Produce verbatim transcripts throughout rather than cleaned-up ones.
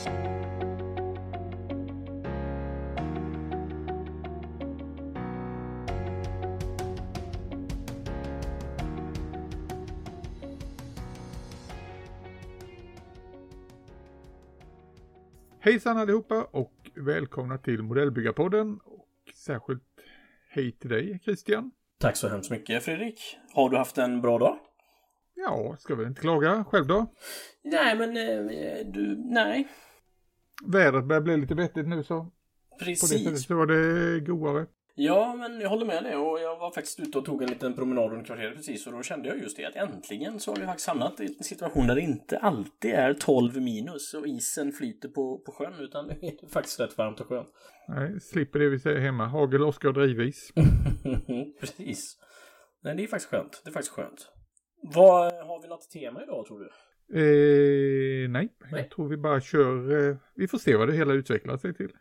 Hejsan allihopa och välkomna till Modellbyggarpodden och särskilt hej till dig Christian. Tack så hemskt mycket Fredrik. Har du haft en bra dag? Ja, ska vi inte klaga själv då? Nej men eh, du, nej. Vädret börjar bli lite vettigt nu så. Precis. På det sättet så var det godare. Ja men jag håller med dig och jag var faktiskt ute och tog en liten promenad runt kvarteret precis och då kände jag just det att äntligen så har vi faktiskt hamnat i en situation där det inte alltid är tolv minus och isen flyter på, på sjön utan det är faktiskt rätt varmt och skönt. Nej, slipper det vi säger hemma. Hagel, åska och drivis. Precis. Nej det är faktiskt skönt. Det är faktiskt skönt. Vad, har vi något tema idag tror du? Eh, nej, nej, jag tror vi bara kör. Eh, vi får se vad det hela utvecklar sig till.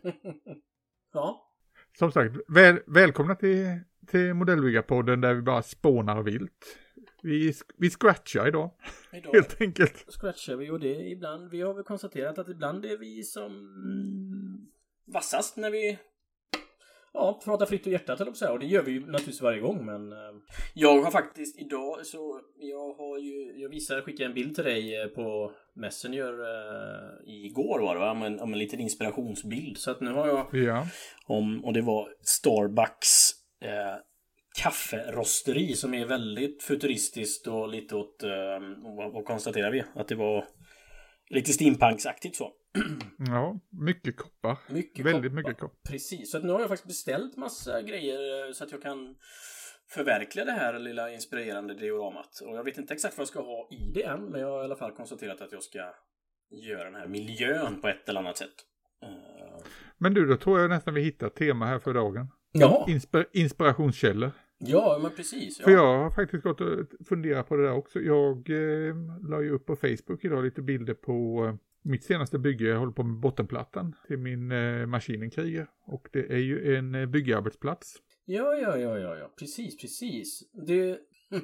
Ja. Som sagt, väl, välkomna till, till Modellbyggarpodden där vi bara spånar vilt. Vi, vi scratchar idag, idag helt enkelt. Scratchar vi och det ibland, vi har väl konstaterat att ibland är vi som vassast när vi ja, pratar fritt och hjärtat eller så här. Och det gör vi ju naturligtvis varje gång men jag har faktiskt idag så jag har ju, jag visade, skickade en bild till dig på Messenger uh, igår var det va? Om en, om en liten inspirationsbild så att nu har jag ja. om, och det var Starbucks uh, kafferosteri som är väldigt futuristiskt och lite åt uh, vad, vad konstaterar vi? Att det var lite steampunksaktigt så. Ja, mycket koppar. Mycket Väldigt koppar. mycket koppar. Precis, så att nu har jag faktiskt beställt massa grejer så att jag kan förverkliga det här lilla inspirerande dioramat. Och jag vet inte exakt vad jag ska ha i det än, men jag har i alla fall konstaterat att jag ska göra den här miljön på ett eller annat sätt. Uh... Men du, då tror jag nästan vi hittar tema här för dagen. Ja. Inspir- inspirationskällor. Ja, men precis. Ja. För jag har faktiskt gått och funderat på det där också. Jag eh, la ju upp på Facebook idag lite bilder på eh, mitt senaste bygge. Jag håller på med bottenplattan till min eh, Maskinenkriger. Och det är ju en eh, byggarbetsplats. Ja, ja, ja, ja, ja. Precis, precis. Det...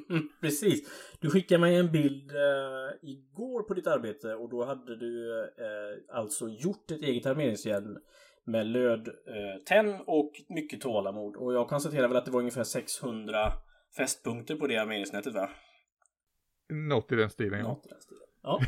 precis. Du skickade mig en bild eh, igår på ditt arbete och då hade du eh, alltså gjort ett eget armeringsjärn med löd eh, tenn och mycket tålamod. Och jag konstaterar väl att det var ungefär sexhundra fästpunkter på det armeringsnätet va? Något i den stilen, ja. Något i den stilen. Ja.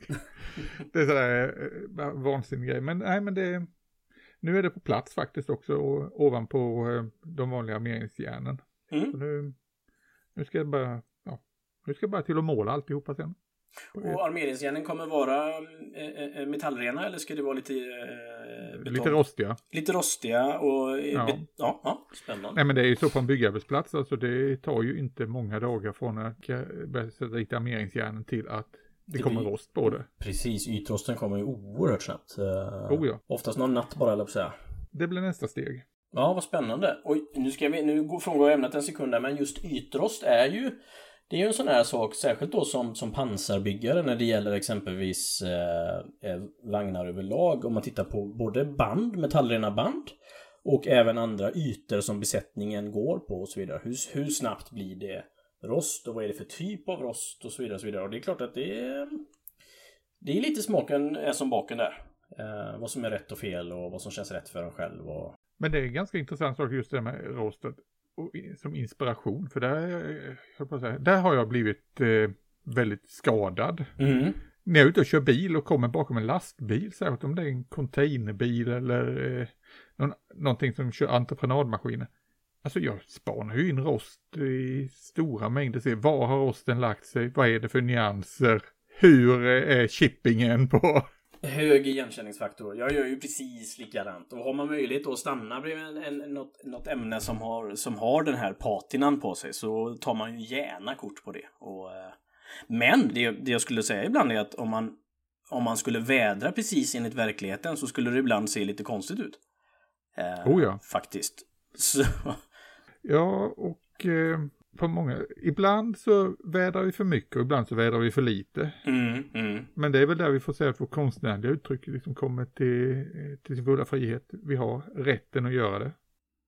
Det är sådär äh, vansinnig grej. Men nej, men det nu är det på plats faktiskt också och, ovanpå äh, de vanliga armeringsjärnen. Mm. Så nu, nu ska jag bara ja, nu ska jag bara till att måla alltihopa sen. Och armeringsjärnen kommer vara äh, metallrena eller ska det vara lite äh, betong? Lite rostiga. Lite rostiga och ja. Be- ja, ja, spännande. Nej men det är ju så på en byggarbetsplats alltså det tar ju inte många dagar från att börja sätta dit armeringsjärnen till att det, det kommer blir... rost på det. Precis, ytrosten kommer ju oerhört snabbt. Oh ja. Oftast någon natt bara eller på så här. Det blir nästa steg. Ja, vad spännande. Och nu ska vi nu gå från ämnet en sekund där, men just ytrost är ju det är ju en sån här sak, särskilt då som, som pansarbyggare när det gäller exempelvis eh, vagnar överlag. Om man tittar på både band, metallrena band och även andra ytor som besättningen går på och så vidare. Hur, hur snabbt blir det rost och vad är det för typ av rost och så vidare och så vidare. Och det är klart att det är, det är lite smaken är som baken där. Eh, vad som är rätt och fel och vad som känns rätt för en själv. Och... Men det är ganska intressant sak just det med rostet. Som inspiration för där, jag på säga, där har jag blivit eh, väldigt skadad. Mm. När jag är ute och kör bil och kommer bakom en lastbil, särskilt om det är en containerbil eller eh, någon, någonting som kör entreprenadmaskiner. Alltså jag spanar ju in rost i stora mängder. Se, var har rosten lagt sig? Vad är det för nyanser? Hur är chippingen på... Hög igenkänningsfaktor. Jag gör ju precis likadant. Och har man möjlighet att stanna bredvid en, en, något, något ämne som har, som har den här patinan på sig så tar man ju gärna kort på det. Och, eh, men det, det jag skulle säga ibland är att om man, om man skulle vädra precis enligt verkligheten så skulle det ibland se lite konstigt ut. Eh, oh ja. Faktiskt. Så... Ja, och... Eh... På många, ibland så vädrar vi för mycket och ibland så vädrar vi för lite. Mm, mm. Men det är väl där vi får säga att vår konstnärliga uttryck liksom kommer till, till sin fulla frihet. Vi har rätten att göra det.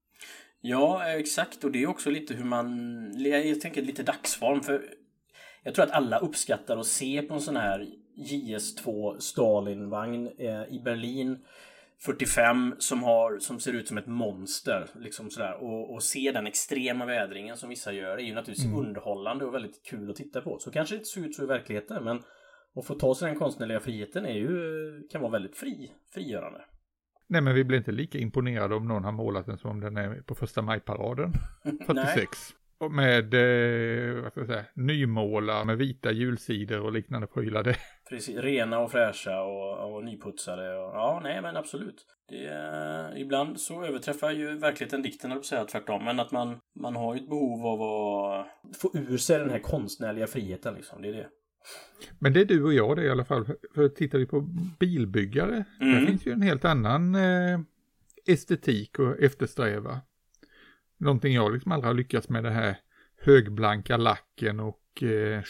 Ja, exakt. Och det är också lite hur man... Jag tänker lite dagsform. För jag tror att alla uppskattar att se på en sån här J S två Stalin-vagn eh, i Berlin fyrtiofem som, har, som ser ut som ett monster liksom sådär. Och, och se den extrema vädringen som vissa gör är ju naturligtvis mm. underhållande och väldigt kul att titta på. Så kanske det inte ser ut så i verkligheten, men att få ta sig den konstnärliga friheten är ju, kan vara väldigt fri, frigörande. Nej, men vi blir inte lika imponerade om någon har målat den som den är på första majparaden fyrtiosex. Och med eh, vad ska jag säga, nymålar med vita hjulsidor och liknande prylar. Det. Precis, rena och fräscha och, och nyputsade. Och, ja, nej men absolut. Det är, ibland så överträffar ju verkligheten dikten, att säga tvärtom. Men att man, man har ju ett behov av att få ur sig den här konstnärliga friheten liksom, det är det. Men det är du och jag det i alla fall. För tittar vi på bilbyggare, mm. där finns ju en helt annan eh, estetik att eftersträva. Någonting jag liksom aldrig har lyckats med, det här högblanka lacken och eh,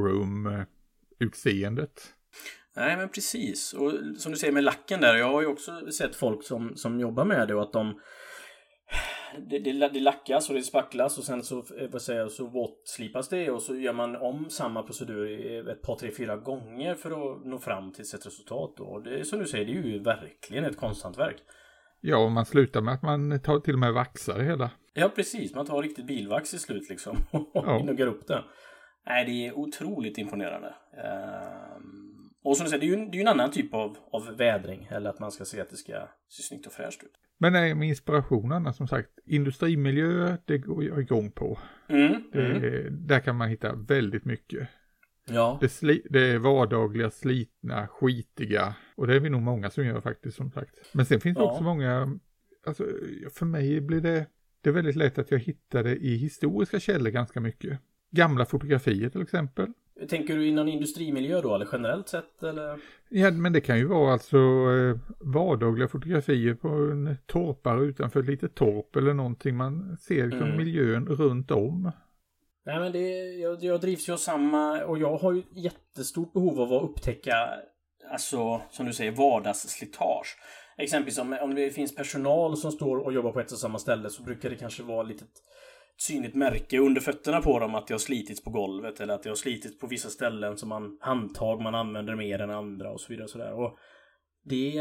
showroom-utseendet. Nej, men precis. Och som du säger med lacken där, jag har ju också sett folk som, som jobbar med det och att de det, det, det lackas och det spacklas och sen så, vad säger jag, så våtslipas det och så gör man om samma procedur ett par, tre, fyra gånger för att nå fram till ett resultat. Och det, som du säger, det är ju verkligen ett konsthantverk. Ja, och man slutar med att man tar till och med vaxar det hela. Ja, precis. Man tar riktigt bilvax i slut liksom och ja. gnuggar upp det. Nej, det är otroligt imponerande. Ehm, och som du säger, det är ju, det är ju en annan typ av, av vädring. Eller att man ska se att det ska se snyggt och fräscht ut. Men nej, med inspirationen, som sagt, industrimiljö, det går jag igång på. Mm, det, mm. Där kan man hitta väldigt mycket. Ja. Det, sli, det är vardagliga, slitna, skitiga. Och det är vi nog många som gör faktiskt, som sagt. Men sen finns det ja. också många, alltså för mig blir det, det är väldigt lätt att jag hittar det i historiska källor ganska mycket. Gamla fotografier till exempel. Tänker du inom industrimiljö då, eller generellt sett? Eller? Ja, men det kan ju vara alltså eh, vardagliga fotografier på en torpare utanför ett litet torp eller någonting. Man ser liksom mm. miljön runt om. Nej, men det, jag, jag drivs ju av samma, och jag har ju jättestort behov av att upptäcka, alltså som du säger, vardagsslitage. Exempelvis om, om det finns personal som står och jobbar på ett och samma ställe, så brukar det kanske vara lite synligt märke under fötterna på dem att det har slitits på golvet, eller att det har slitits på vissa ställen som man, handtag man använder mer än andra och så vidare och sådär. Och det,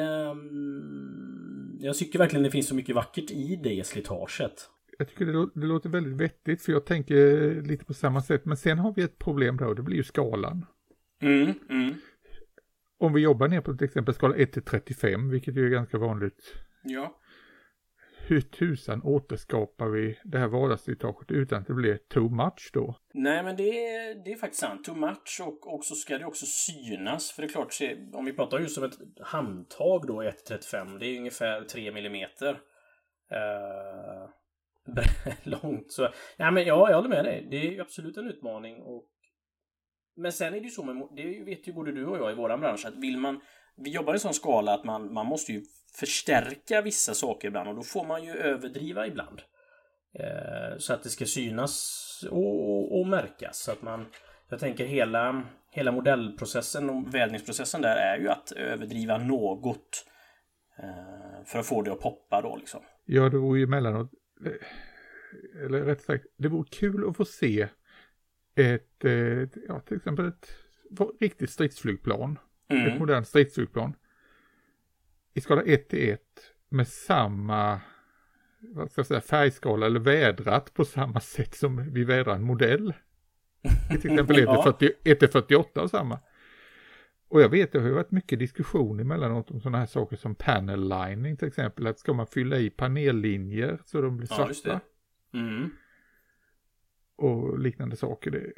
um, jag tycker verkligen det finns så mycket vackert i det slitaget. Jag tycker det, lå- det låter väldigt vettigt, för jag tänker lite på samma sätt. Men sen har vi ett problem då, det blir ju skalan. Mm, mm. Om vi jobbar ner på till exempel skala ett till trettiofem, vilket ju är ganska vanligt. Ja. Hur tusan återskapar vi det här vardagsslitaget utan att det blir too much då? Nej, men det är, det är faktiskt sant. Too much, och, och så ska det också synas. För det är klart, om vi pratar just om ett handtag då, ett till trettiofem, det är ungefär tre millimeter. Uh... långt så. Ja, men ja, jag håller med dig. Det är ju absolut en utmaning. Och men sen är det ju så med, det vet ju både du och jag i våran bransch, att vill man, vi jobbar i sån skala att man, man måste ju förstärka vissa saker ibland, och då får man ju överdriva ibland. Eh, så att det ska synas och, och märkas. Så att man, jag tänker hela, hela modellprocessen och vädningsprocessen där är ju att överdriva något eh, för att få det att poppa då liksom. Ja, det vore ju emellanåt, eller rätt sagt, det vore kul att få se ett, ett ja, till exempel ett riktigt stridsflygplan, mm. ett modernt stridsflygplan i skala ett till ett med samma, vad ska jag säga, färgskala eller vädrat på samma sätt som vi vädrar en modell. Till exempel ett till fyrtioåtta och samma. Och jag vet, det har ju varit mycket diskussion emellanåt om sådana här saker som panel lining till exempel. Att ska man fylla i panellinjer så de blir svarta? Ja, just det. Mm. Och liknande saker. Det.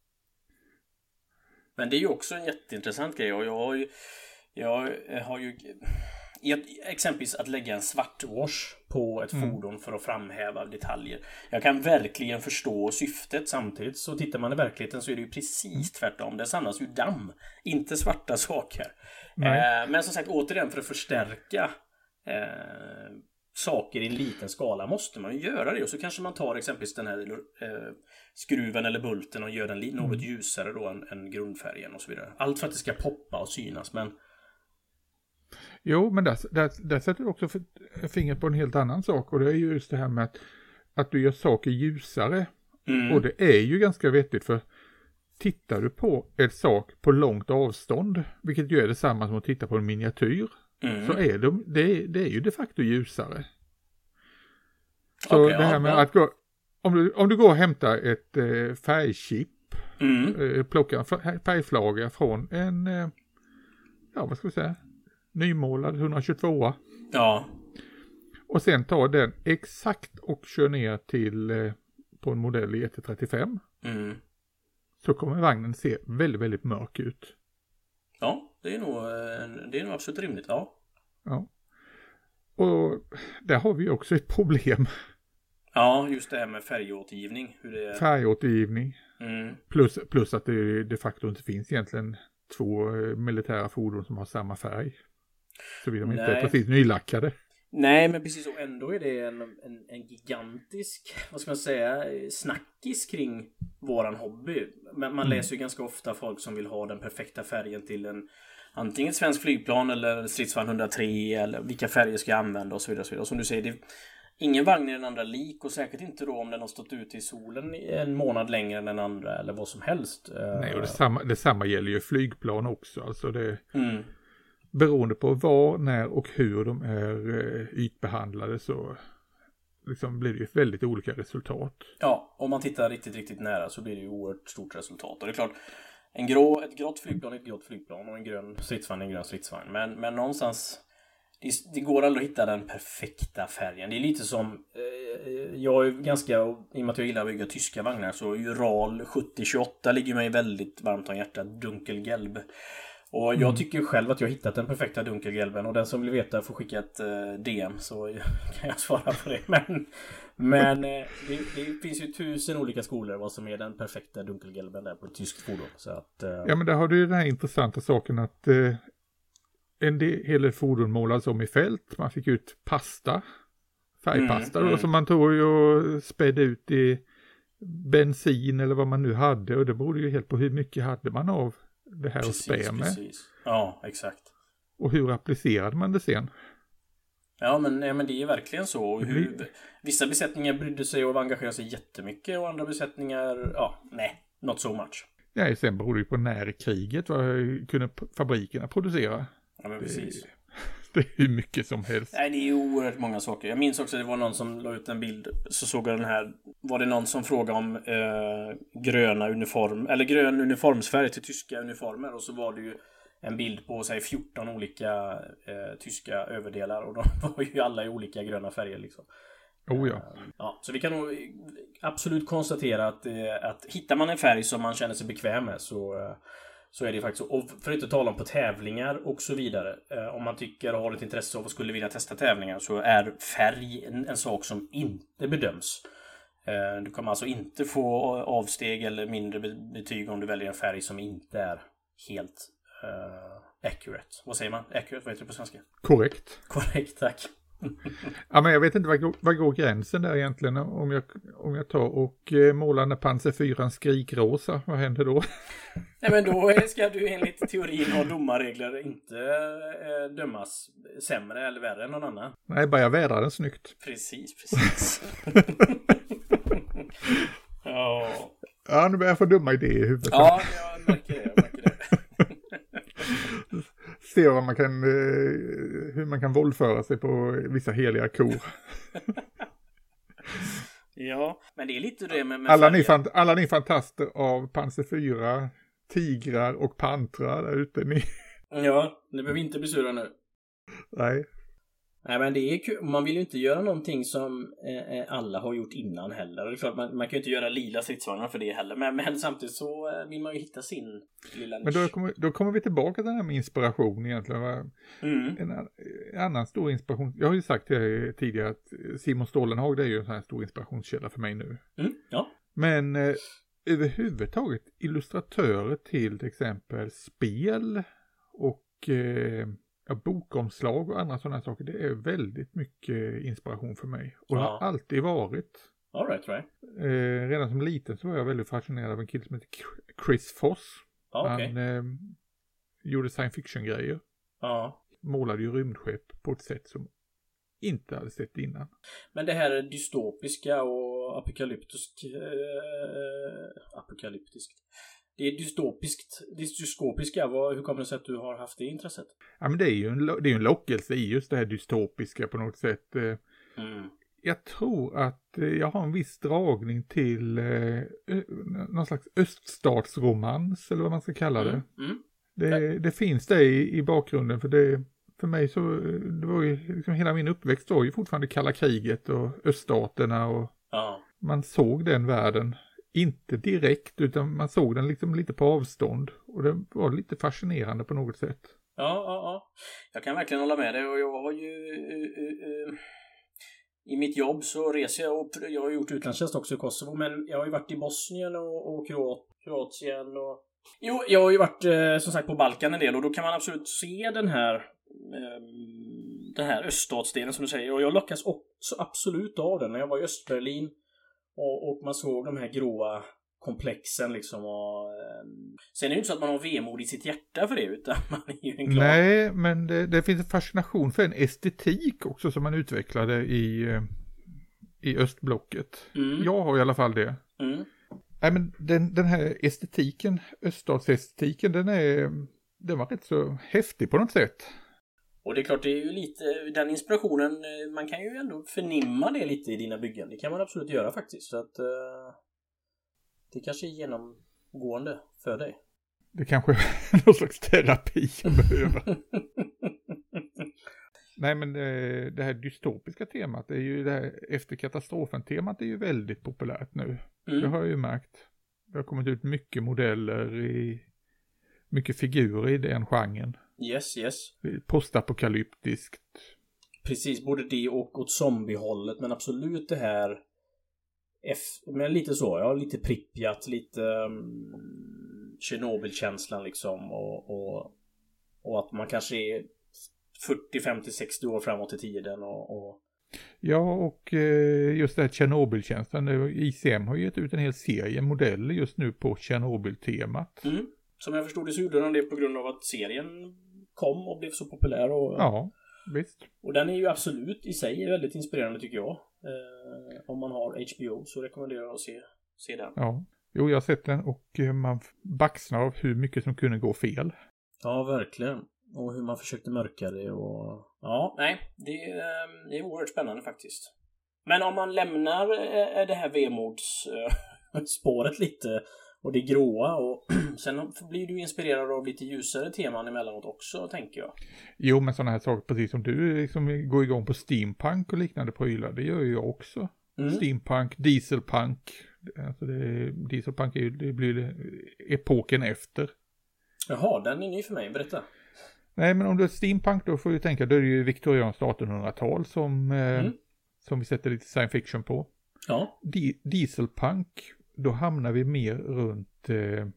Men det är ju också en jätteintressant grej. Och jag har ju, jag har ju exempelvis att lägga en svartwash på ett mm. fordon för att framhäva detaljer. Jag kan verkligen förstå syftet. Samtidigt så tittar man i verkligheten så är det ju precis tvärtom. Det samlas ju damm, inte svarta saker. Eh, men som sagt, återigen, för att förstärka eh, saker i en liten skala måste man ju göra det. Och så kanske man tar exempelvis den här eh, skruven eller bulten och gör den li- något ljusare då än, än grundfärgen och så vidare. Allt för att det ska poppa och synas, men jo, men där, där, där sätter du också fingret på en helt annan sak, och det är ju just det här med att, att du gör saker ljusare. Mm. Och det är ju ganska vettigt, för tittar du på ett sak på långt avstånd, vilket ju är detsamma som att titta på en miniatyr, mm. så är de, det, det är ju de facto ljusare. Så okay, det här med ja. att gå, om du, om du går och hämtar ett eh, färgchip, mm. eh, plockar en färgflaga från en, eh, ja vad ska vi säga, nymålad etthundratjugotvå. Ja. Och sen tar den exakt och kör ner till eh, på en modell i ett trettiofem. Mm. Så kommer vagnen se väldigt, väldigt mörk ut. Ja, det är nog, det är nog absolut rimligt, ja. Ja. Och där har vi också ett problem. Ja, just det här med färgåtergivning. Hur det är... Färgåtergivning. Mm. Plus, plus att det de facto inte finns egentligen två militära fordon som har samma färg. Så vi de inte är precis nylackade. Nej, men precis, och ändå är det en, en, en gigantisk, vad ska man säga, snackis kring våran hobby. Men man mm. läser ju ganska ofta folk som vill ha den perfekta färgen till en antingen ett svensk flygplan eller stridsvagn hundratre eller vilka färger ska jag använda och så vidare. Och så vidare. Och som du säger, det, ingen vagn är den andra lik, och säkert inte då om den har stått ute i solen en månad längre än den andra eller vad som helst. Nej, och detsamma, detsamma gäller ju flygplan också. Alltså det... Mm. Beroende på var, när och hur de är eh, ytbehandlade så liksom blir det ju väldigt olika resultat. Ja, om man tittar riktigt, riktigt nära så blir det ju oerhört stort resultat. Och det är klart, en grå, ett grått flygplan är ett grått flygplan och en grön stridsvagn är en grön stridsvagn. Men, men någonstans, det, det går aldrig att hitta den perfekta färgen. Det är lite som, eh, jag är ganska, i och med att jag gillar att bygga tyska vagnar, så är ju R A L sjuttio tjugoåtta ligger mig väldigt varmt om hjärtat, dunkelgelb. Och jag mm. tycker själv att jag har hittat den perfekta dunkelgelben, och den som vill veta får skicka ett uh, D M så kan jag svara på det. Men, men uh, det, det finns ju tusen olika skolor vad som är den perfekta dunkelgelben där på ett tyskt fordon. Så att, uh... Ja, men där har du ju den här intressanta saken att uh, en del, hela fordon målas om i fält. Man fick ut pasta, färgpasta mm, då, mm. som man tog och spädde ut i bensin eller vad man nu hade, och det berodde ju helt på hur mycket hade man av det här precis, att spä med. Precis. Ja, exakt. Och hur applicerade man det sen? Ja, men, ja, men det är verkligen så. Hur, vissa besättningar brydde sig och engagerade sig jättemycket, och andra besättningar, ja, nej, not so much. Nej, sen beror det ju på när i kriget vad kunde fabrikerna producera. Ja, men precis. Det, det är hur mycket som helst. Nej, det är ju oerhört många saker. Jag minns också att det var någon som la ut en bild, så såg jag den här, var det någon som frågade om eh, gröna uniform, eller grön uniformsfärg till tyska uniformer, och så var det ju en bild på sig fjorton olika eh, tyska överdelar, och de var ju alla i olika gröna färger liksom. Oh ja. Eh, ja, så vi kan nog absolut konstatera att, eh, att hittar man en färg som man känner sig bekväm med, så eh, så är det faktiskt så. Och för att inte tala om på tävlingar och så vidare. Eh, om man tycker och har ett intresse av och skulle vilja testa tävlingar, så är färg en, en sak som inte bedöms. Eh, du kommer alltså inte få avsteg eller mindre betyg om du väljer en färg som inte är helt eh, accurate. Vad säger man? Accurate, vad heter det på svenska? Korrekt. Korrekt, tack. Ja, men jag vet inte vad går, vad går gränsen där egentligen, om jag, om jag tar och eh, målar den Panzer fyra skrikrosa, vad händer då? Nej, men då ska du enligt teorin och domarregler inte eh, dömas sämre eller värre än någon annan. Nej, bara jag vädrar den snyggt. Precis, precis. Ja. Ja, nu börjar jag få dumma idéer i huvudet. Ja, jag märker det, jag märker det. Se vad man kan, hur man kan våldföra sig på vissa heliga kor. Ja, men det är lite det med... med alla, ni fant- alla ni fantaster av Panzer fyra, tigrar och pantrar där ute. Ni... Ja, ni behöver inte bli sura nu. Nej. Nej, men det är kul. Man vill ju inte göra någonting som eh, alla har gjort innan heller. Det är klart, man, man kan ju inte göra lila stridsvagnar för det heller. Men, men samtidigt så vill man ju hitta sin lilla nisch. Men då kommer, då kommer vi tillbaka till den här med inspiration egentligen. Va? Mm. En, en annan stor inspiration. Jag har ju sagt det tidigare att Simon Stålenhag, det är ju en sån här stor inspirationskälla för mig nu. Mm, ja. Men eh, överhuvudtaget illustratörer till till exempel spel och... Eh, Ja, bokomslag och andra sådana saker, det är väldigt mycket inspiration för mig. Och det ja. har alltid varit. All right, right. Eh, redan som liten så var jag väldigt fascinerad av en kille som heter Chris Foss. Ah, okay. Han eh, gjorde science fiction-grejer. Ja. Målade ju rymdskepp på ett sätt som inte hade sett innan. Men det här dystopiska och apokalyptisk... Eh, apokalyptiskt. det är dystopiskt. Det är dystopiska. Vad, hur kommer det sig att du har haft det intresset? Ja, men det är ju en, det är ju en lockelse i just det här dystopiska på något sätt. Mm. Jag tror att jag har en viss dragning till eh, någon slags öststatsromans, eller vad man ska kalla det. Mm. Mm. Det, det finns det i, i bakgrunden, för det för mig så, det var ju liksom, hela min uppväxt var ju fortfarande kalla kriget och öststaterna och Ja. man såg den världen, inte direkt utan man såg den liksom lite på avstånd och det var lite fascinerande på något sätt. Ja, ja, ja. Jag kan verkligen hålla med dig och jag har ju uh, uh, uh, i mitt jobb så reser jag och jag har gjort utlandstjänst också i Kosovo, men jag har ju varit i Bosnien och, och Kroat, Kroatien och jo, jag har ju varit eh, som sagt på Balkan en del och då kan man absolut se den här eh, den här öststatsdelen som du säger och jag lockas också absolut av den när jag var i Östberlin och, och man såg de här gråa komplexen liksom och, eh, sen är det ju inte så att man har vemod i sitt hjärta för det utan man är ju en glad... Nej, men det, det finns en fascination för en estetik också som man utvecklade i, i östblocket. Mm. Jag har i alla fall det. Mm. Nej, men den, den här estetiken, öststatsestetiken, den är, den var rätt så häftig på något sätt. Och det är klart, det är ju lite, den inspirationen, man kan ju ändå förnimma det lite i dina byggen. Det kan man absolut göra faktiskt. Så att uh, det kanske är genomgående för dig. Det kanske är någon slags terapi jag behöver. Nej, men det, det här dystopiska temat, det är ju det här efter katastrofen-temat är ju väldigt populärt nu. Mm. Det har jag ju märkt. Det har kommit ut mycket modeller i mycket figurer i den genren. Yes, yes. Postapokalyptiskt. Precis, både det och åt zombiehållet, men absolut det här F- men lite så, ja, lite Pripyat, lite um, Tjernobyl-känslan liksom och, och, och att man kanske är fyrtio, femtio, sextio år framåt i tiden och, och... Ja, och eh, just det här Tjernobyl-känslan, I C M har ju gett ut en hel serie modeller just nu på Tjernobyl-temat. Mm. Som jag förstod det så gjorde de det på grund av att serien kom och blev så populär och... Ja, visst. Och den är ju absolut i sig väldigt inspirerande tycker jag. Eh, om man har H B O så rekommenderar jag att se, se den. Ja, jo jag har sett den och man baxnar av hur mycket som kunde gå fel. Ja, verkligen. Och hur man försökte mörka det och... Ja, nej. Det, det är oerhört spännande faktiskt. Men om man lämnar det här vemodsspåret lite och det gråa och sen blir du inspirerad av lite ljusare teman emellanåt också, tänker jag. Jo, men sådana här saker, precis som du liksom går igång på steampunk och liknande prylar, det gör ju jag också. Mm. Steampunk, dieselpunk. Alltså det, dieselpunk är ju, det blir det, epoken efter. Jaha, den är ny för mig, berätta. Nej, men om du är steampunk då får du tänka, då är det ju viktorianskt artonhundratal som, mm. eh, som vi sätter lite science fiction på. Ja. Di- dieselpunk, då hamnar vi mer runt eh,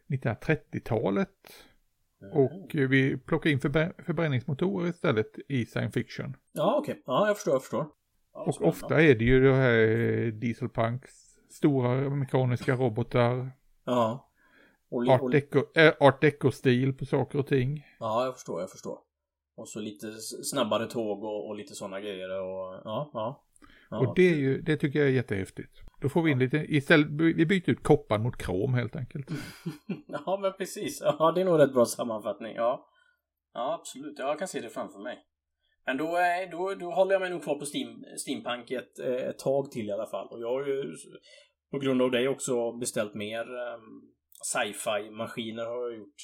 nittonhundratrettiotalet. Mm. Och eh, vi plockar in förbrä- förbränningsmotorer istället i science fiction. Ja, okej. Okay. Ja, jag förstår, jag förstår. Ja, och spännande. Ofta är det ju det här eh, dieselpunks, stora mekaniska robotar. Ja. Och, art, deco, äh, art deco-stil på saker och ting. Ja, jag förstår, jag förstår. Och så lite snabbare tåg och, och lite sådana grejer. Och, ja, ja, ja. Och det, är ju, det tycker jag är jättehäftigt. Då får vi in lite, istället, vi byter ut koppar mot krom helt enkelt. Ja, men precis. Ja, det är nog rätt bra sammanfattning. Ja, ja absolut. Jag kan se det framför mig. Men då, då, då håller jag mig nog kvar på Steam, Steampunk ett, ett tag till i alla fall. Och jag har ju på grund av det också beställt mer... Um, sci-fi-maskiner har jag gjort.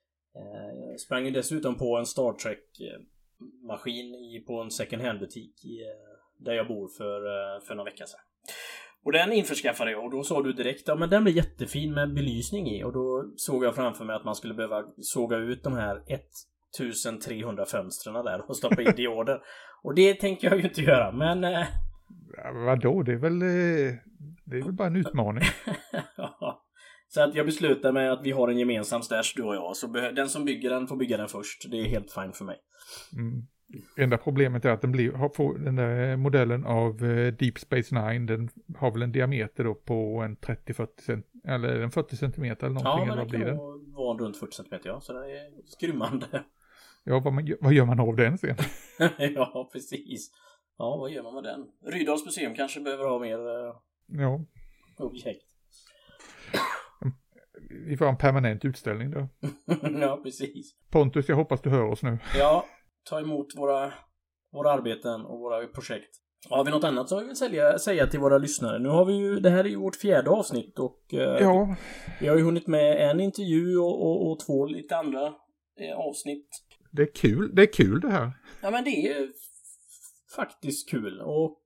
Jag sprang ju dessutom på en Star Trek-maskin i, på en second hand-butik i, där jag bor för, för några veckor sedan. Och den införskaffade jag och då sa du direkt ja men den blir jättefin med belysning i och då såg jag framför mig att man skulle behöva såga ut de här ettusentrehundra fönstren där och stoppa in dioder. Och det tänker jag ju inte göra, men... Ja, vadå? Det är väl, det är väl bara en utmaning. Ja. Så att jag beslutar mig att vi har en gemensam stash, du och jag. Så den som bygger den får bygga den först. Det är helt fine för mig. Mm. Enda problemet är att den, blir, har, den där modellen av Deep Space Nine, den har väl en diameter då på en trettio till fyrtio cent, eller en fyrtio centimeter eller någonting. Ja, men det kan vara runt fyrtio centimeter, ja. Så det är skrymmande. Ja, vad, man, vad gör man av den sen? Ja, precis. Ja, vad gör man med den? Rydals museum kanske behöver ha mer uh, ja. objekt. vi får en permanent utställning då. Ja, precis. Pontus, jag hoppas du hör oss nu. Ja, ta emot våra, våra arbeten och våra projekt. Har vi något annat som vi vill sälja, säga till våra lyssnare? Nu har vi ju, det här är ju vårt fjärde avsnitt och eh, ja. vi har ju hunnit med en intervju och, och, och två lite andra eh, avsnitt. Det är kul, det är kul det här. Ja, men det är faktiskt kul och,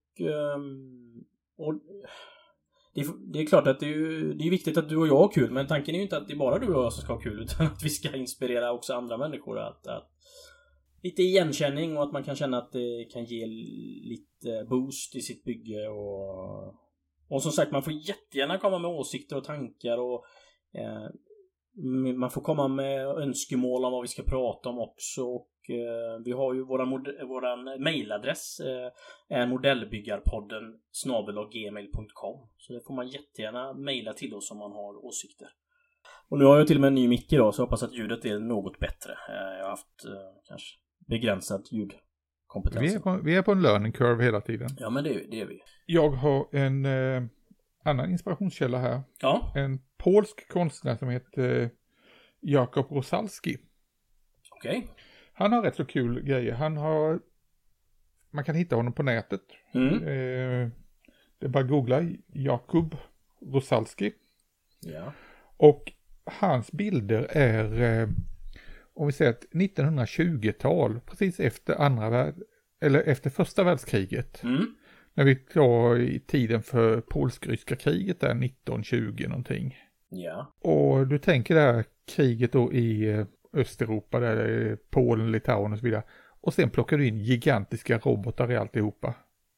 um, och det, är, det är klart att det är, ju, det är viktigt att du och jag har kul, men tanken är ju inte att det är bara du och jag som ska ha kul, utan att vi ska inspirera också andra människor att, att lite igenkänning och att man kan känna att det kan ge lite boost i sitt bygge och, och som sagt, man får jättegärna komma med åsikter och tankar och eh, man får komma med önskemål om vad vi ska prata om också och eh, vi har ju våran, mod- våran mailadress eh, är modellbyggarpodden snabel-a gmail punkt com, så det får man jättegärna mejla till oss om man har åsikter. Och nu har jag till och med en ny mick idag, så jag hoppas att ljudet är något bättre. eh, jag har haft eh, kanske begränsad ljudkompetens. Vi är, på, vi är på en learning curve hela tiden. Ja, men det, det är vi. Jag har en eh, annan inspirationskälla här. Ja. En polsk konstnär som heter eh, Jakub Rusalski. Okej. Okay. Han har rätt så kul grejer. Han har, man kan hitta honom på nätet. Mm. Eh, det är bara att googla Jakub Rusalski. Ja. Och hans bilder är, eh, om vi säger ett nittonhundratjugotal, precis efter andra värld, eller efter första världskriget. Mm. När vi var i tiden för polsk-ryska kriget där nitton tjugo någonting. Ja. Och du tänker det här kriget då i eh, Östeuropa, där det är Polen, Litauen och så vidare. Och sen plockar du in gigantiska robotar i alltihopa.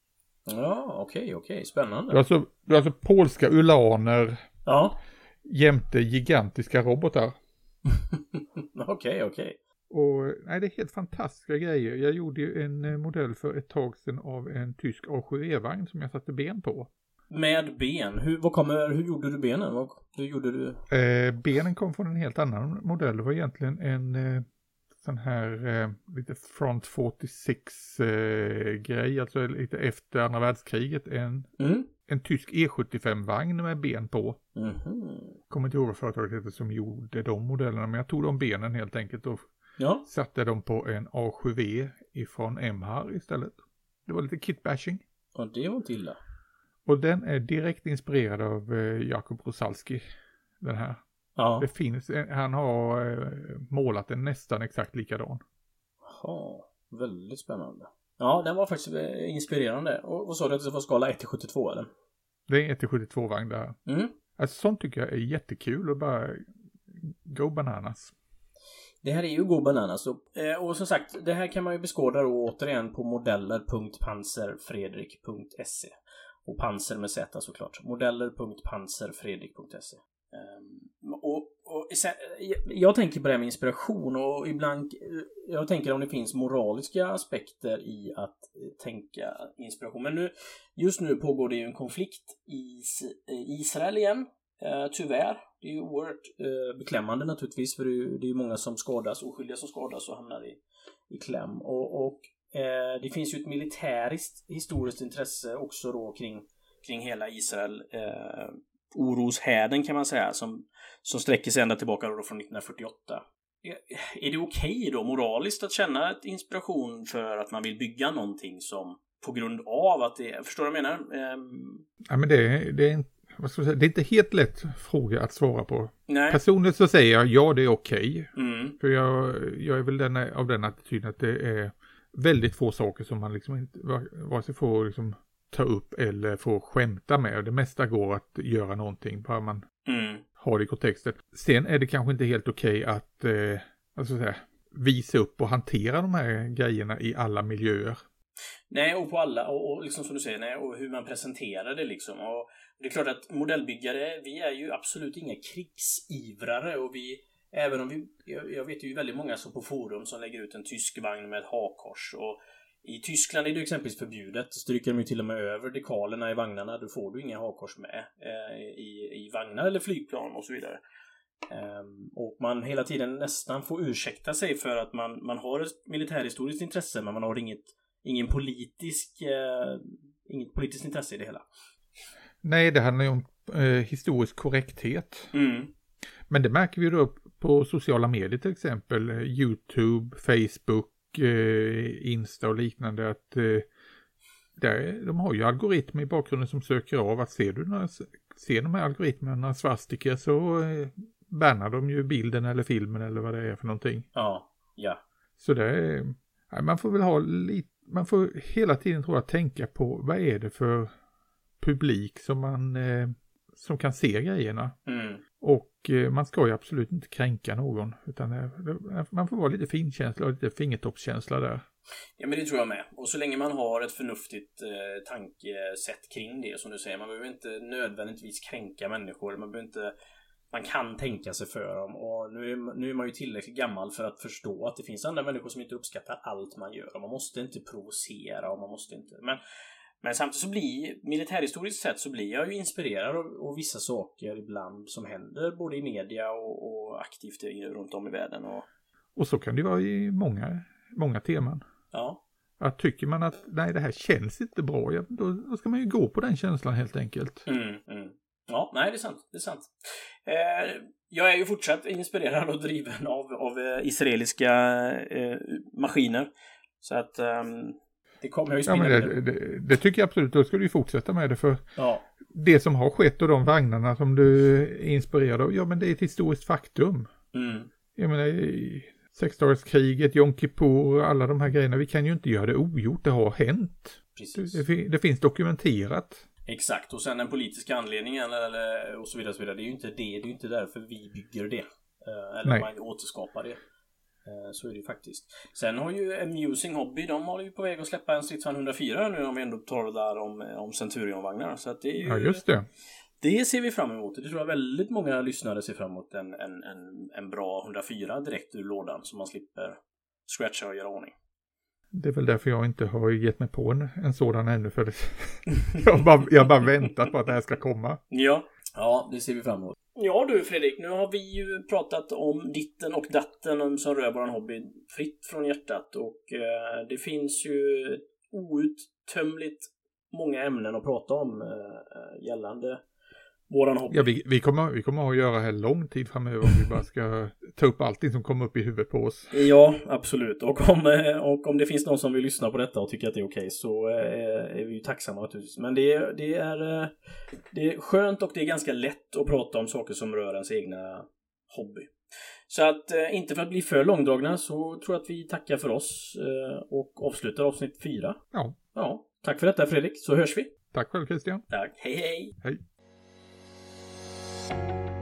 Ja, okej, okay, okej, okay. Spännande. Du har alltså, du har alltså polska ulaner. Ja. Jämte gigantiska robotar. Okej, okej. Okay. Och nej, det är helt fantastiska grejer. Jag gjorde ju en modell för ett tag sedan av en tysk A sju E-vagn som jag satte ben på. Med ben? Hur, vad kommer, hur gjorde du benen? Vad, hur gjorde du? Eh, benen kom från en helt annan modell. Det var egentligen en eh, sån här eh, lite front fyrtiosex eh, grej. Alltså lite efter andra världskriget. En, mm. en tysk E sjuttiofem-vagn med ben på. Mm-hmm. Kommer inte ihåg vad företaget heter som gjorde de modellerna. Men jag tog de benen helt enkelt och ja. satte dem på en A sju V ifrån M H R istället. Det var lite kitbashing. Ja, det var inte illa. Och den är direkt inspirerad av eh, Jakub Rusalski, den här. Ja. Det finns, han har eh, målat den nästan exakt likadan. Ja, väldigt spännande. Ja, den var faktiskt eh, inspirerande. Och vad sa du att det var skala ett till sjuttiotvå eller? Det är en ett till sjuttiotvå-vagn där. Mm. Alltså sånt tycker jag är jättekul och bara go bananas. Det här är ju go bananas. Och, eh, och som sagt, det här kan man ju beskåda då återigen på modeller punkt panserfredrik punkt se. Och panser med Z såklart. modeller punkt panserfredrik punkt se. Um, och, och jag tänker på det här med inspiration och ibland jag tänker om det finns moraliska aspekter i att tänka inspiration. Men nu, just nu pågår det ju en konflikt i Israel igen. Uh, tyvärr. Det är ju oerhört uh, beklämmande naturligtvis, för det är ju, det är ju många som skadas, oskyldiga som skadas och hamnar i, i kläm. Och, och uh, det finns ju ett militäriskt historiskt intresse också då kring, kring hela Israel. Uh, oroshärden kan man säga, som, som sträcker sig ända tillbaka då från nittonhundrafyrtioåtta. Är det okej då moraliskt att känna ett inspiration för att man vill bygga någonting som på grund av att det, förstår du vad jag menar? Um... Ja, men det är, det är en Vad ska jag säga? Det är inte helt lätt fråga att svara på. Nej. Personligt så säger jag ja, det är okej. Mm. För jag, jag är väl den, av den attityden att det är väldigt få saker som man liksom inte vare sig får liksom ta upp eller får skämta med. Det mesta går att göra någonting bara man mm. har det i kontexten. Sen är det kanske inte helt okej att eh, alltså säga, visa upp och hantera de här grejerna i alla miljöer. Nej, och på alla, och, och liksom som du säger, nej, och hur man presenterar det liksom. Och det är klart att modellbyggare, vi är ju absolut inga krigsivrare, och vi, även om vi, jag, jag vet ju väldigt många som på forum som lägger ut en tysk vagn med ett hakkors, och i Tyskland är det exempelvis förbjudet, stryker de ju till och med över dekalerna i vagnarna, då får du inga hakkors med eh, i, i vagnar eller flygplan och så vidare. Um, och man hela tiden nästan får ursäkta sig för att man, man har ett militärhistoriskt intresse, men man har inget ingen politisk eh, inget politiskt intresse i det hela. Nej, det handlar ju om eh, historisk korrekthet. Mm. Men det märker vi då på sociala medier till exempel, YouTube, Facebook, eh, Insta och liknande, att eh, där, de har ju algoritmer i bakgrunden som söker av att ser du några, ser de här algoritmerna svastika så eh, bannar de ju bilden eller filmen eller vad det är för någonting. Ja, ja. Så det är, man får väl ha lite, man får hela tiden tror jag tänka på vad är det för publik som man eh, som kan se grejerna. Mm. Och eh, man ska ju absolut inte kränka någon, utan eh, man får vara lite finkänsla och lite fingertoppskänsla där. Ja, men det tror jag med. Och så länge man har ett förnuftigt eh, tankesätt kring det, som du säger, man behöver inte nödvändigtvis kränka människor, man behöver inte, man kan tänka sig för dem. Och nu är, nu är man ju tillräckligt gammal för att förstå att det finns andra människor som inte uppskattar allt man gör, och man måste inte provocera och man måste inte, men Men samtidigt så blir, militärhistoriskt sett så blir jag ju inspirerad av, av vissa saker ibland som händer både i media och, och aktivt runt om i världen. Och, och så kan det vara i många, många teman. Ja. Att tycker man att nej, det här känns inte bra, ja, då, då ska man ju gå på den känslan helt enkelt. Mm, mm. Ja, nej det är sant. Det är sant. Eh, jag är ju fortsatt inspirerad och driven av, av eh, israeliska eh, maskiner. Så att... Um, Det kommer jag ju spinna ja, men det, det, det tycker jag absolut. Då ska du ju fortsätta med det. För ja. Det som har skett och de vagnarna som du är inspirerad av, ja men det är ett historiskt faktum. Mm. Jag menar, i sexdagarskriget, Yom Kippur, alla de här grejerna, vi kan ju inte göra det ogjort. Det har hänt. Precis. Det, det finns dokumenterat. Exakt. Och sen den politiska anledningen eller, och så vidare, så vidare. Det är ju inte det. Det är ju inte därför vi bygger det. Eller Nej. Man återskapar det. Så är det ju faktiskt. Sen har ju Amusing Hobby, de håller ju på väg att släppa en Stridsvagn hundrafyra nu om vi ändå tar det där om, om Centurion-vagnar. Så att det är ju, ja, just det. Det ser vi fram emot. Det tror jag väldigt många lyssnare ser fram emot en, en, en, en bra hundrafyra direkt ur lådan så man slipper scratcha och göra ordning. Det är väl därför jag inte har gett mig på en, en sådan ännu. För det. jag, har bara, jag har bara väntat på att det här ska komma. Ja, ja, det ser vi fram emot. Ja du Fredrik, nu har vi ju pratat om ditten och datten som rör våran hobby fritt från hjärtat. Och eh, det finns ju outtömligt många ämnen att prata om eh, gällande våran hobby. Ja, vi, vi, kommer, vi kommer att göra här lång tid framöver om vi bara ska ta upp allting som kommer upp i huvudet på oss. Ja, absolut. Och om, och om det finns någon som vill lyssna på detta och tycker att det är okej så är vi ju tacksamma naturligtvis. Men det är, det, är, det är skönt och det är ganska lätt att prata om saker som rör ens egna hobby. Så att inte för att bli för långdragna så tror jag att vi tackar för oss och avslutar avsnitt fyra. Ja. Ja, tack för detta Fredrik, så hörs vi. Tack själv Christian. Tack, hej hej. Hej.